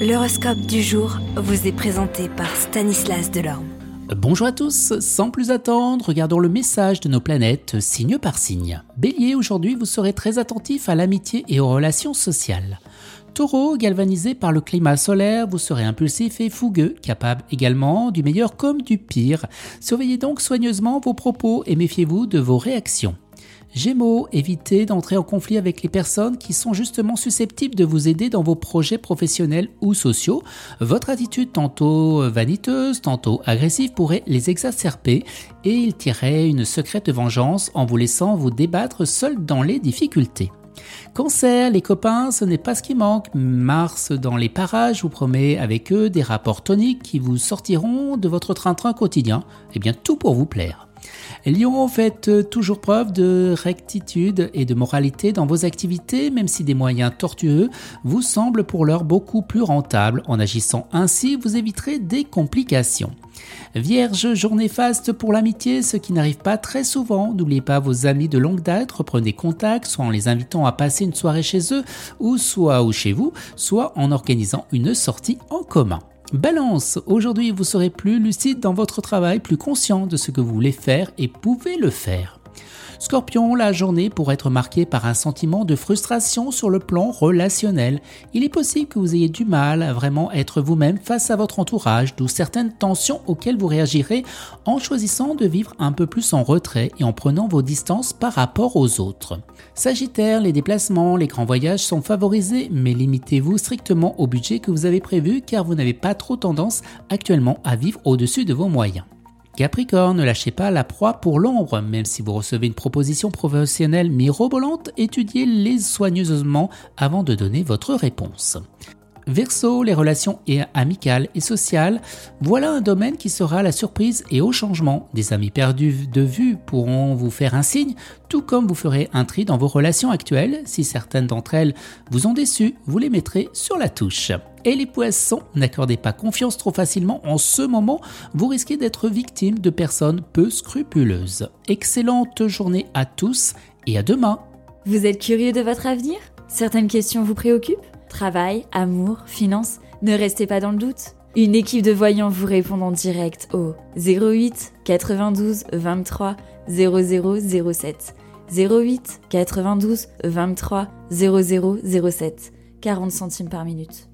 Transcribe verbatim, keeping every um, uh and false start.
L'horoscope du jour vous est présenté par Stanislas Delorme. Bonjour à tous, sans plus attendre, regardons le message de nos planètes signe par signe. Bélier, aujourd'hui vous serez très attentif à l'amitié et aux relations sociales. Taureau, galvanisé par le climat solaire, vous serez impulsif et fougueux, capable également du meilleur comme du pire. Surveillez donc soigneusement vos propos et méfiez-vous de vos réactions. Gémeaux, évitez d'entrer en conflit avec les personnes qui sont justement susceptibles de vous aider dans vos projets professionnels ou sociaux. Votre attitude tantôt vaniteuse, tantôt agressive pourrait les exacerber et ils tireraient une secrète vengeance en vous laissant vous débattre seul dans les difficultés. Cancer, les copains, ce n'est pas ce qui manque. Mars dans les parages vous promet avec eux des rapports toniques qui vous sortiront de votre train-train quotidien. Eh bien, tout pour vous plaire. Lion, faites toujours preuve de rectitude et de moralité dans vos activités, même si des moyens tortueux vous semblent pour l'heure beaucoup plus rentables. En agissant ainsi, vous éviterez des complications. Vierge, journée faste pour l'amitié, ce qui n'arrive pas très souvent. N'oubliez pas vos amis de longue date, reprenez contact, soit en les invitant à passer une soirée chez eux, ou soit ou chez vous, soit en organisant une sortie en commun. Balance, aujourd'hui vous serez plus lucide dans votre travail, plus conscient de ce que vous voulez faire et pouvez le faire. Scorpion, la journée pourrait être marquée par un sentiment de frustration sur le plan relationnel. Il est possible que vous ayez du mal à vraiment être vous-même face à votre entourage, d'où certaines tensions auxquelles vous réagirez en choisissant de vivre un peu plus en retrait et en prenant vos distances par rapport aux autres. Sagittaire, les déplacements, les grands voyages sont favorisés, mais limitez-vous strictement au budget que vous avez prévu car vous n'avez pas trop tendance actuellement à vivre au-dessus de vos moyens. Capricorne, ne lâchez pas la proie pour l'ombre, même si vous recevez une proposition professionnelle mirobolante, étudiez-les soigneusement avant de donner votre réponse. Verseau, les relations amicales et sociales, voilà un domaine qui sera la surprise et au changement. Des amis perdus de vue pourront vous faire un signe, tout comme vous ferez un tri dans vos relations actuelles. Si certaines d'entre elles vous ont déçu, vous les mettrez sur la touche. Et les poissons, n'accordez pas confiance trop facilement en ce moment, vous risquez d'être victime de personnes peu scrupuleuses. Excellente journée à tous et à demain. Vous êtes curieux de votre avenir ? Certaines questions vous préoccupent ? Travail, amour, finances, ne restez pas dans le doute. Une équipe de voyants vous répond en direct au zéro huit quatre-vingt-douze vingt-trois zéro zéro zéro sept zéro huit quatre-vingt-douze vingt-trois zéro zéro zéro sept, quarante centimes par minute.